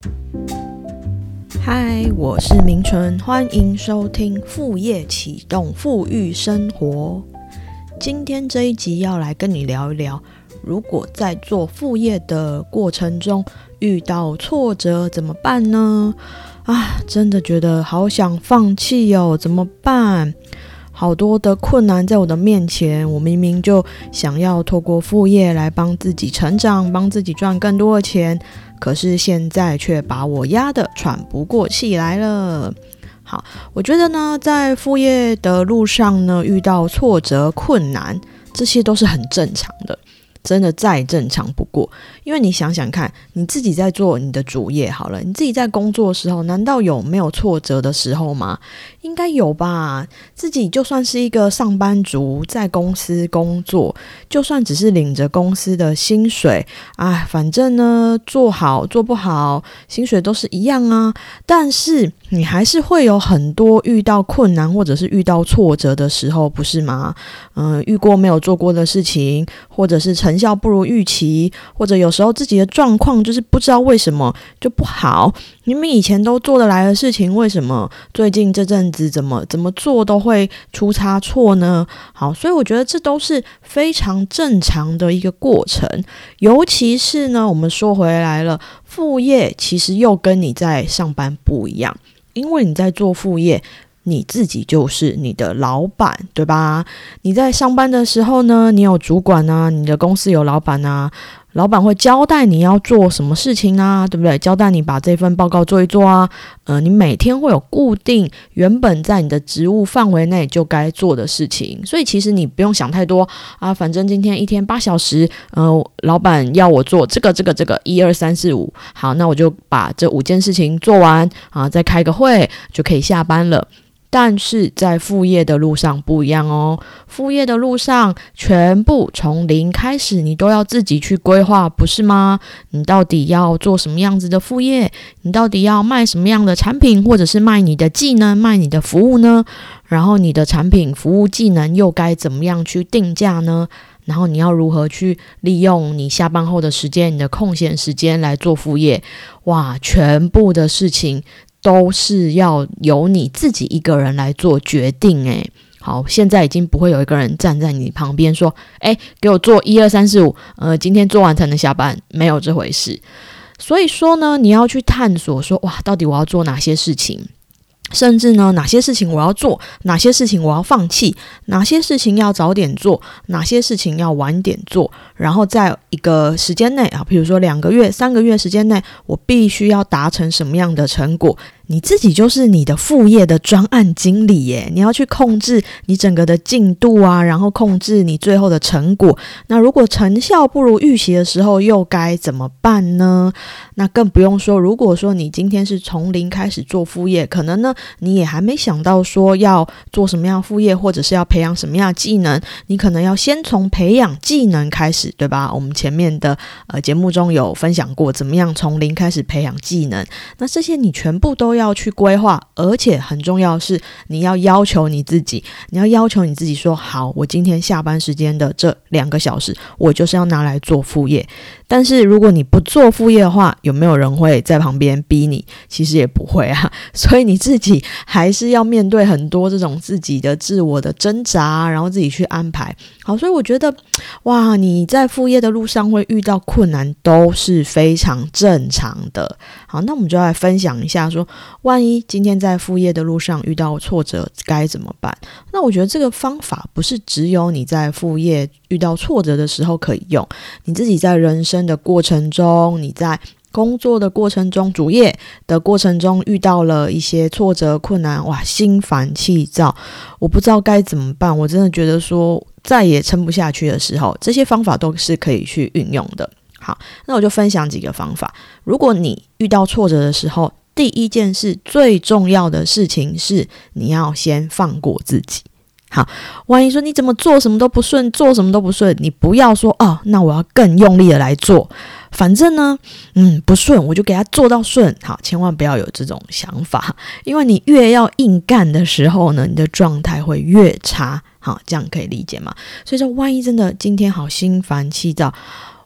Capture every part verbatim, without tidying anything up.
嗨，我是明纯，欢迎收听副业启动富裕生活。今天这一集要来跟你聊一聊，如果在做副业的过程中遇到挫折怎么办呢？啊，真的觉得好想放弃哦，怎么办？好多的困难在我的面前，我明明就想要透过副业来帮自己成长，帮自己赚更多的钱，可是现在却把我压得喘不过气来了。好，我觉得呢，在副业的路上呢，遇到挫折、困难，这些都是很正常的。真的再正常不过，因为你想想看，你自己在做你的主业好了，你自己在工作的时候，难道有没有挫折的时候吗？应该有吧。自己就算是一个上班族，在公司工作，就算只是领着公司的薪水，啊，反正呢，做好做不好，薪水都是一样啊。但是你还是会有很多遇到困难或者是遇到挫折的时候，不是吗？嗯，遇过没有做过的事情，或者是成效不如预期，或者有时候自己的状况就是不知道为什么就不好，明明以前都做得来的事情，为什么最近这阵子怎么怎么做都会出差错呢？好，所以我觉得这都是非常正常的一个过程。尤其是呢，我们说回来了，副业其实又跟你在上班不一样，因为你在做副业，你自己就是你的老板，对吧？你在上班的时候呢，你有主管啊，你的公司有老板啊，老板会交代你要做什么事情啊，对不对？交代你把这份报告做一做啊，呃，你每天会有固定原本在你的职务范围内就该做的事情，所以其实你不用想太多啊，反正今天一天八小时，呃，老板要我做这个这个这个一二三四五，好，那我就把这五件事情做完啊，再开个会就可以下班了。但是在副业的路上不一样哦，副业的路上全部从零开始，你都要自己去规划，不是吗？你到底要做什么样子的副业？你到底要卖什么样的产品，或者是卖你的技能，卖你的服务呢？然后你的产品、服务、技能又该怎么样去定价呢？然后你要如何去利用你下班后的时间，你的空闲时间来做副业？哇，全部的事情都是要由你自己一个人来做决定诶。好，现在已经不会有一个人站在你旁边说，诶，给我做一二三四五，呃，今天做完才能下班，没有这回事。所以说呢，你要去探索说，哇，到底我要做哪些事情？甚至呢，哪些事情我要做，哪些事情我要放弃，哪些事情要早点做，哪些事情要晚点做，然后在一个时间内啊，比如说两个月、三个月时间内，我必须要达成什么样的成果。你自己就是你的副业的专案经理耶，你要去控制你整个的进度啊，然后控制你最后的成果。那如果成效不如预期的时候，又该怎么办呢？那更不用说，如果说你今天是从零开始做副业，可能呢你也还没想到说要做什么样的副业，或者是要培养什么样的技能，你可能要先从培养技能开始，对吧？我们前面的呃节目中有分享过，怎么样从零开始培养技能。那这些你全部都要去规划，而且很重要的是，你要要求你自己，你要要求你自己说，好，我今天下班时间的这两个小时，我就是要拿来做副业。但是如果你不做副业的话，有没有人会在旁边逼你？其实也不会啊，所以你自己还是要面对很多这种自己的自我的挣扎，然后自己去安排。好，所以我觉得哇，你在副业的路上会遇到困难都是非常正常的。好，那我们就来分享一下说，万一今天在副业的路上遇到挫折该怎么办？那我觉得这个方法不是只有你在副业遇到挫折的时候可以用，你自己在人生的过程中，你在工作的过程中，主业的过程中遇到了一些挫折困难，哇，心烦气躁，我不知道该怎么办，我真的觉得说再也撑不下去的时候，这些方法都是可以去运用的。好，那我就分享几个方法。如果你遇到挫折的时候，第一件事最重要的事情是你要先放过自己。好，万一说你怎么做什么都不顺，做什么都不顺，你不要说哦，那我要更用力的来做，反正呢嗯不顺我就给它做到顺。好，千万不要有这种想法，因为你越要硬干的时候呢，你的状态会越差。好，这样可以理解吗？所以说万一真的今天好心烦气躁，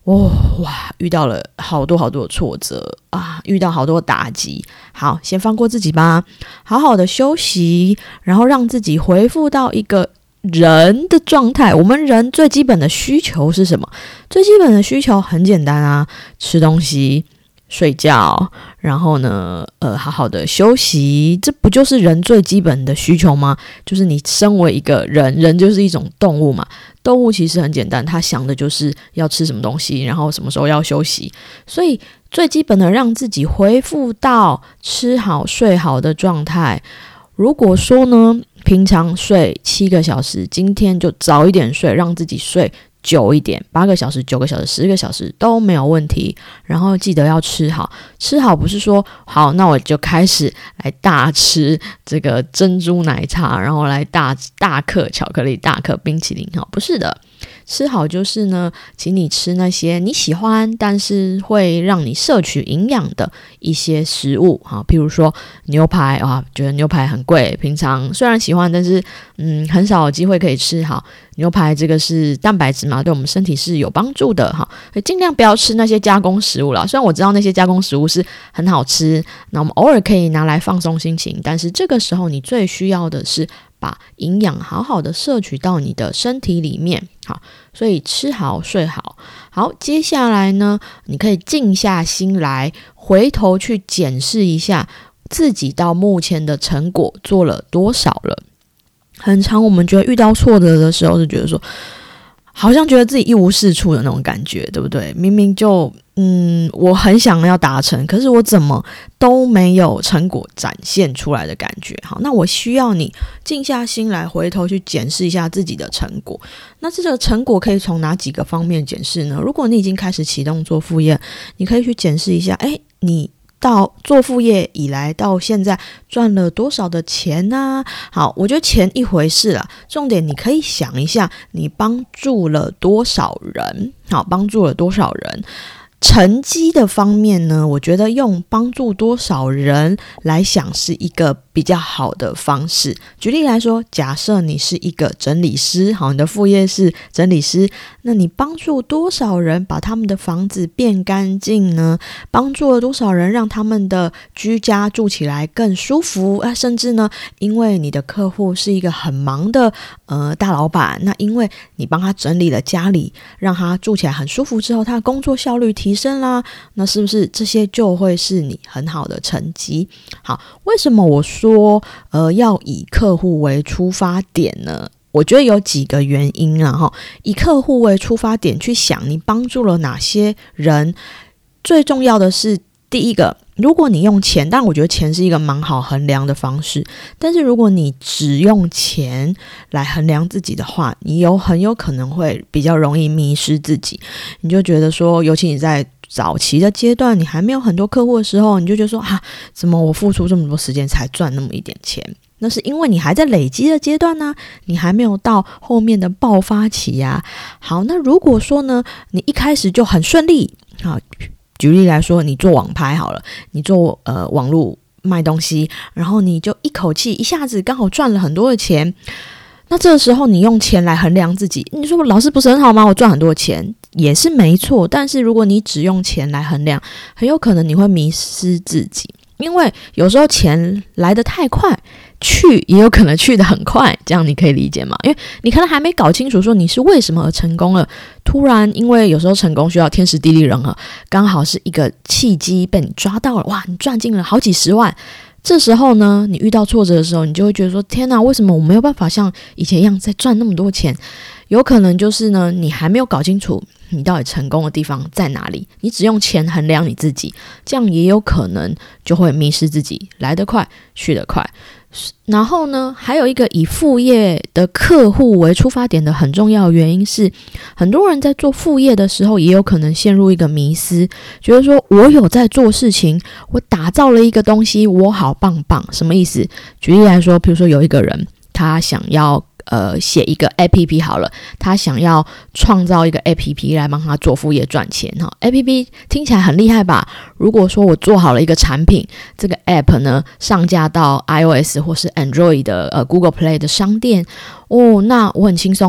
哦，哇，遇到了好多好多的挫折啊，遇到好多打击。好，先放过自己吧，好好的休息，然后让自己恢复到一个人的状态。我们人最基本的需求是什么？最基本的需求很简单啊，吃东西、睡觉，然后呢，呃，好好的休息，这不就是人最基本的需求吗？就是你身为一个人，人就是一种动物嘛，动物其实很简单，他想的就是要吃什么东西，然后什么时候要休息，所以最基本的让自己恢复到吃好睡好的状态。如果说呢，平常睡七个小时，今天就早一点睡，让自己睡久一点，八个小时、九个小时、十个小时都没有问题。然后记得要吃好，吃好不是说好，那我就开始来大吃这个珍珠奶茶，然后来大大嗑巧克力、大嗑冰淇淋，好，不是的。吃好就是呢，请你吃那些你喜欢但是会让你摄取营养的一些食物，好，譬如说牛排啊，觉得牛排很贵，平常虽然喜欢，但是嗯，很少有机会可以吃。好，牛排这个是蛋白质嘛，对我们身体是有帮助的，哈，尽量不要吃那些加工食物啦。虽然我知道那些加工食物是很好吃，那我们偶尔可以拿来放松心情，但是这个时候你最需要的是把营养好好的摄取到你的身体里面。好，所以吃好睡好。好，接下来呢，你可以静下心来，回头去检视一下自己到目前的成果做了多少了。很常我们觉得遇到挫折的时候，是觉得说好像觉得自己一无是处的那种感觉，对不对？明明就嗯，我很想要达成，可是我怎么都没有成果展现出来的感觉。好，那我需要你静下心来，回头去检视一下自己的成果。那这个成果可以从哪几个方面检视呢？如果你已经开始启动做副业，你可以去检视一下，诶，你到做副业以来到现在赚了多少的钱啊？好，我觉得钱一回事啦，重点你可以想一下，你帮助了多少人？好，帮助了多少人？成绩的方面呢，我觉得用帮助多少人来想是一个比较好的方式。举例来说，假设你是一个整理师，好，你的副业是整理师，那你帮助多少人把他们的房子变干净呢？帮助了多少人让他们的居家住起来更舒服啊？甚至呢，因为你的客户是一个很忙的呃大老板，那因为你帮他整理了家里，让他住起来很舒服之后，他的工作效率提升啦，那是不是这些就会是你很好的成绩？好，为什么我说呃要以客户为出发点呢？我觉得有几个原因啊，齁，以客户为出发点去想你帮助了哪些人。最重要的是第一个，如果你用钱，但我觉得钱是一个蛮好衡量的方式，但是如果你只用钱来衡量自己的话，你有很有可能会比较容易迷失自己。你就觉得说，尤其你在早期的阶段，你还没有很多客户的时候，你就觉得说啊，怎么我付出这么多时间才赚那么一点钱？那是因为你还在累积的阶段呢、啊，你还没有到后面的爆发期呀、啊。好，那如果说呢，你一开始就很顺利，好，举例来说，你做网拍好了，你做呃网络卖东西，然后你就一口气一下子刚好赚了很多的钱。那这个时候你用钱来衡量自己，你说老师不是很好吗？我赚很多钱也是没错，但是如果你只用钱来衡量，很有可能你会迷失自己，因为有时候钱来得太快，去也有可能去得很快，这样你可以理解吗？因为你可能还没搞清楚说你是为什么而成功了，突然因为有时候成功需要天时地利人和，刚好是一个契机被你抓到了，哇，你赚进了好几十万。这时候呢，你遇到挫折的时候，你就会觉得说，天哪，为什么我没有办法像以前一样再赚那么多钱？有可能就是呢，你还没有搞清楚你到底成功的地方在哪里，你只用钱衡量你自己，这样也有可能就会迷失自己，来得快去得快。然后呢，还有一个以副业的客户为出发点的很重要的原因是，很多人在做副业的时候也有可能陷入一个迷思，觉得说我有在做事情，我打造了一个东西，我好棒棒。什么意思？举例来说，比如说有一个人他想要呃，写一个 A P P 好了，他想要创造一个 A P P 来帮他做副业赚钱哈。A P P 听起来很厉害吧？如果说我做好了一个产品，这个 App 呢上架到 iOS 或是 Android 的呃 Google Play 的商店，哦，那我很轻松诶。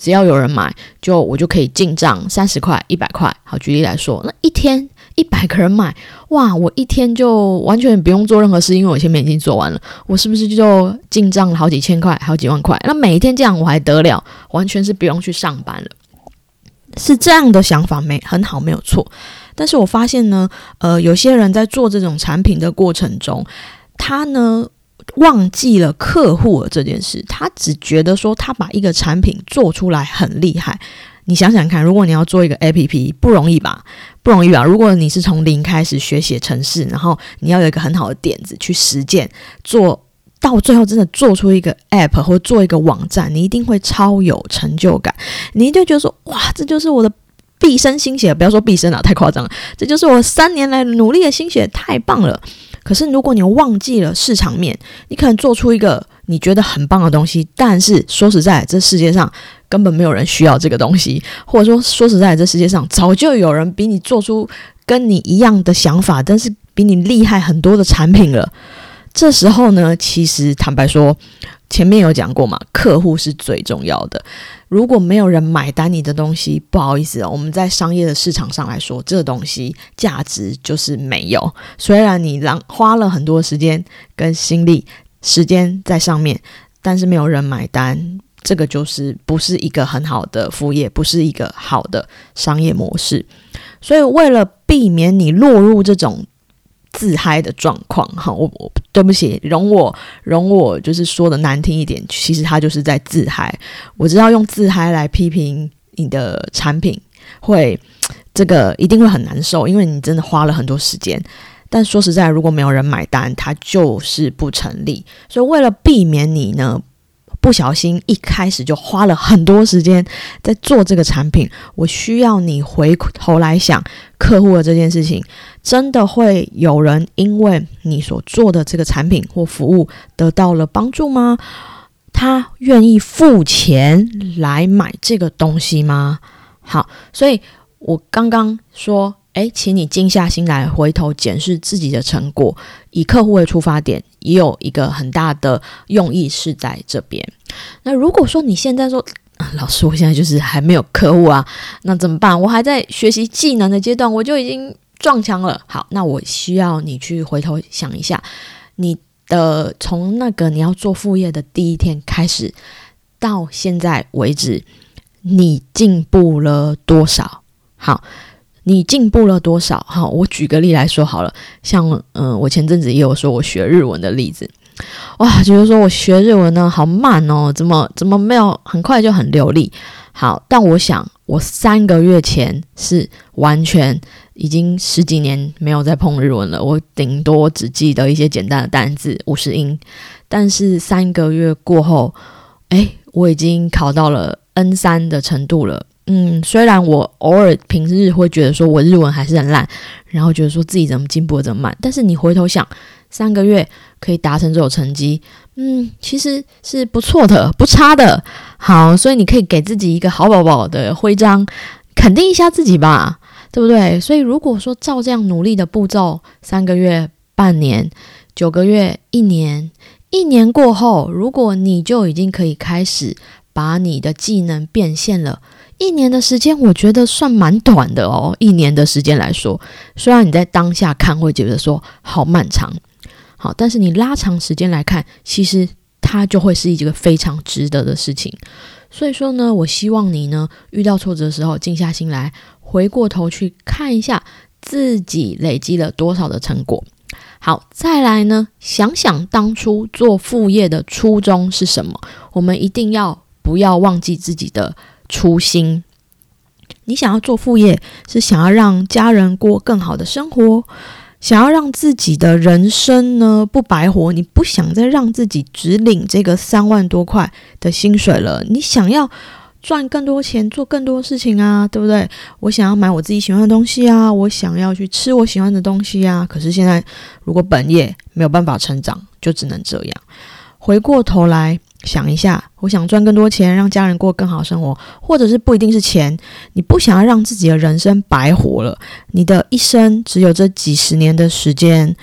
只要有人买，就我就可以进账三十块、一百块。好，举例来说，那一天一百个人买，哇，我一天就完全不用做任何事，因为我前面已经做完了，我是不是就进账了好几千块、好几万块？那每一天这样我还得了，完全是不用去上班了。是这样的想法没很好，没有错。但是我发现呢，呃，有些人在做这种产品的过程中，他呢忘记了客户的这件事，他只觉得说他把一个产品做出来很厉害。你想想看，如果你要做一个 A P P， 不容易吧？不容易吧？如果你是从零开始学写程式，然后你要有一个很好的点子去实践，做到最后真的做出一个 App 或做一个网站，你一定会超有成就感。你一定会觉得说，哇，这就是我的毕生心血，不要说毕生了，太夸张了，这就是我三年来努力的心血，太棒了。可是如果你忘记了市场面，你可能做出一个你觉得很棒的东西，但是说实在，这世界上根本没有人需要这个东西，或者说说实在，这世界上早就有人比你做出跟你一样的想法，但是比你厉害很多的产品了。这时候呢，其实坦白说，前面有讲过嘛，客户是最重要的。如果没有人买单你的东西，不好意思哦，我们在商业的市场上来说，这个东西价值就是没有。虽然你花了很多时间跟心力时间在上面，但是没有人买单，这个就是不是一个很好的副业，不是一个好的商业模式。所以为了避免你落入这种自嗨的状况，我我对不起，容我容我就是说的难听一点，其实他就是在自嗨。我知道用自嗨来批评你的产品，会这个一定会很难受，因为你真的花了很多时间。但说实在，如果没有人买单，它就是不成立。所以为了避免你呢不小心一开始就花了很多时间在做这个产品，我需要你回头来想客户的这件事情，真的会有人因为你所做的这个产品或服务得到了帮助吗？他愿意付钱来买这个东西吗？好，所以我刚刚说诶，请你静下心来回头检视自己的成果，以客户为出发点，也有一个很大的用意是在这边。那如果说你现在说、啊、老师我现在就是还没有客户啊，那怎么办？我还在学习技能的阶段，我就已经撞墙了。好，那我需要你去回头想一下，你的从那个你要做副业的第一天开始到现在为止，你进步了多少？好，你进步了多少？好，我举个例来说好了，像嗯、呃，我前阵子也有说我学日文的例子，哇，觉得说我学日文呢好慢哦，怎么怎么没有很快就很流利？好，但我想我三个月前是完全已经十几年没有再碰日文了，我顶多只记得一些简单的单字五十音，但是三个月过后，诶，我已经考到了 N 三 的程度了。嗯，虽然我偶尔平日会觉得说我日文还是很烂，然后觉得说自己怎么进步得这么慢，但是你回头想，三个月可以达成这种成绩，嗯，其实是不错的，不差的。好，所以你可以给自己一个好宝宝的徽章，肯定一下自己吧，对不对？所以如果说照这样努力的步骤，三个月、半年、九个月、一年，一年过后，如果你就已经可以开始把你的技能变现了，一年的时间我觉得算蛮短的哦，一年的时间来说，虽然你在当下看会觉得说好漫长，好，但是你拉长时间来看，其实它就会是一个非常值得的事情。所以说呢，我希望你呢遇到挫折的时候静下心来，回过头去看一下自己累积了多少的成果。好，再来呢，想想当初做副业的初衷是什么，我们一定要不要忘记自己的初心。你想要做副业，是想要让家人过更好的生活，想要让自己的人生呢不白活，你不想再让自己只领这个三万多块的薪水了，你想要赚更多钱，做更多事情啊，对不对？我想要买我自己喜欢的东西啊，我想要去吃我喜欢的东西啊，可是现在如果本业没有办法成长，就只能这样。回过头来想一下，我想赚更多钱，让家人过更好的生活，或者是不一定是钱，你不想要让自己的人生白活了，你的一生只有这几十年的时间，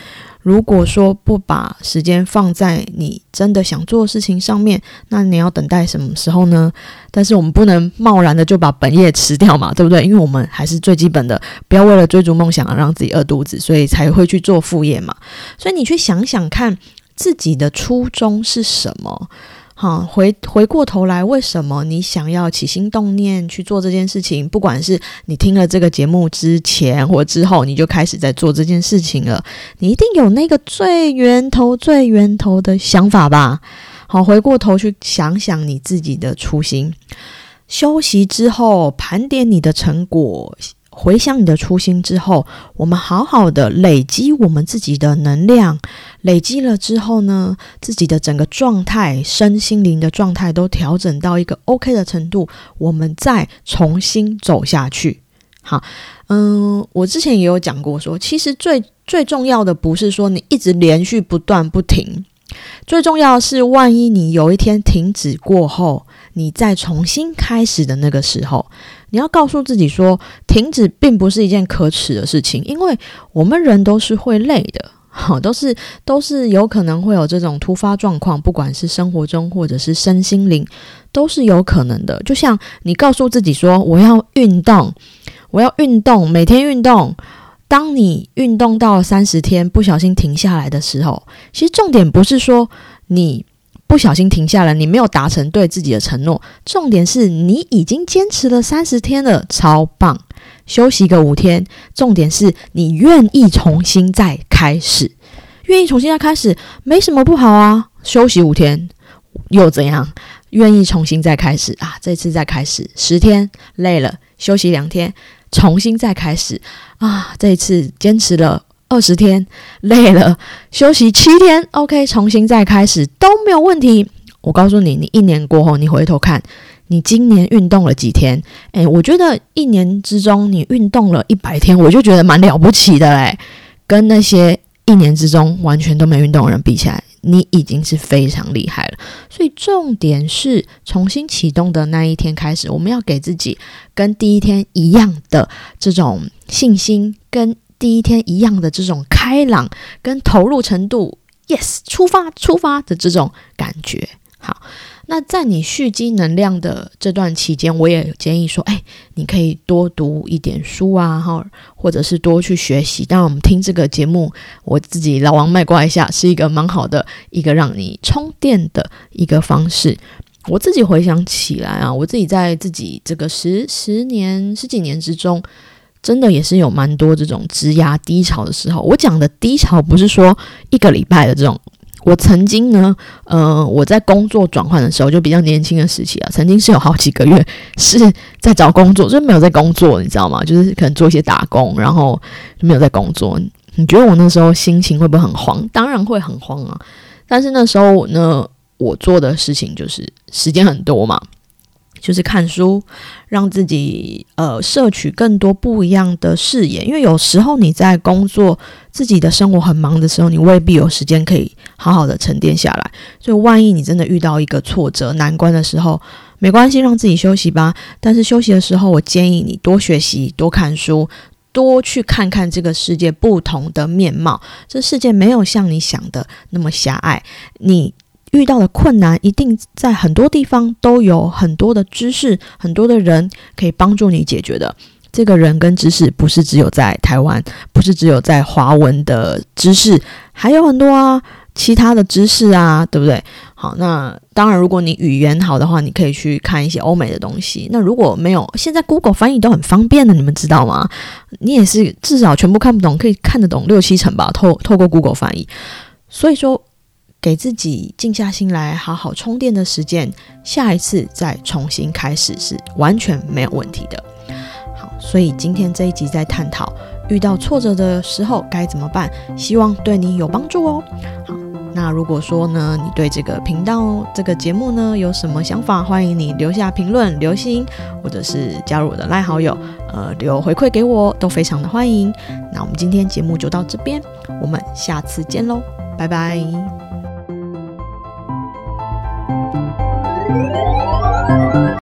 如果说不把时间放在你真的想做的事情上面，那你要等待什么时候呢？但是我们不能贸然的就把本业吃掉嘛，对不对？因为我们还是最基本的，不要为了追逐梦想而让自己饿肚子，所以才会去做副业嘛。所以你去想想看自己的初衷是什么。好，回回过头来，为什么你想要起心动念去做这件事情？不管是你听了这个节目之前或之后，你就开始在做这件事情了，你一定有那个最源头、最源头的想法吧？好，回过头去想想你自己的初心。休息之后，盘点你的成果。回想你的初心之后，我们好好的累积我们自己的能量，累积了之后呢，自己的整个状态，身心灵的状态都调整到一个 OK 的程度，我们再重新走下去。好，嗯，我之前也有讲过说，其实最最重要的不是说你一直连续不断不停，最重要的是万一你有一天停止过后，你再重新开始的那个时候，你要告诉自己说，停止并不是一件可耻的事情，因为我们人都是会累的，好，都是都是有可能会有这种突发状况，不管是生活中或者是身心灵，都是有可能的。就像你告诉自己说，我要运动，我要运动，每天运动。当你运动到三十天不小心停下来的时候，其实重点不是说你不小心停下来，你没有达成对自己的承诺，重点是你已经坚持了三十天了，超棒。休息个五天，重点是你愿意重新再开始，愿意重新再开始没什么不好啊。休息五天又怎样？愿意重新再开始啊，这次再开始十天累了，休息两天，重新再开始啊，这一次坚持了二十天累了，休息七天 OK， 重新再开始都没有问题。我告诉你，你一年过后你回头看你今年运动了几天，诶，我觉得一年之中你运动了一百天，我就觉得蛮了不起的嘞，跟那些一年之中完全都没运动的人比起来，你已经是非常厉害了。所以重点是重新启动的那一天开始，我们要给自己跟第一天一样的这种信心，跟第一天一样的这种开朗跟投入程度， yes， 出发出发的这种感觉。好，那在你蓄积能量的这段期间，我也建议说，哎，你可以多读一点书啊，或者是多去学习。当然我们听这个节目，我自己老王卖瓜一下，是一个蛮好的一个让你充电的一个方式。我自己回想起来啊，我自己在自己这个十十年十几年之中，真的也是有蛮多这种职涯低潮的时候。我讲的低潮不是说一个礼拜的这种，我曾经呢，呃，我在工作转换的时候，就比较年轻的时期啊，曾经是有好几个月是在找工作，就是没有在工作，你知道吗？就是可能做一些打工，然后就没有在工作。你觉得我那时候心情会不会很慌？当然会很慌啊。但是那时候呢，我做的事情就是时间很多嘛，就是看书，让自己呃摄取更多不一样的视野。因为有时候你在工作，自己的生活很忙的时候，你未必有时间可以好好的沉淀下来。所以万一你真的遇到一个挫折难关的时候，没关系，让自己休息吧。但是休息的时候，我建议你多学习，多看书，多去看看这个世界不同的面貌。这世界没有像你想的那么狭隘，你遇到的困难一定在很多地方都有很多的知识，很多的人可以帮助你解决的。这个人跟知识不是只有在台湾，不是只有在华文的知识，还有很多啊其他的知识啊，对不对？好，那当然如果你语言好的话，你可以去看一些欧美的东西。那如果没有，现在 Google 翻译都很方便的，你们知道吗？你也是至少全部看不懂，可以看得懂六七成吧，透透过 Google 翻译。所以说给自己静下心来好好充电的时间，下一次再重新开始是完全没有问题的。好，所以今天这一集在探讨遇到挫折的时候该怎么办，希望对你有帮助哦。好，那如果说呢，你对这个频道这个节目呢有什么想法，欢迎你留下评论留心，或者是加入我的 LINE 好友，呃，留回馈给我，都非常的欢迎。那我们今天节目就到这边，我们下次见咯，拜拜。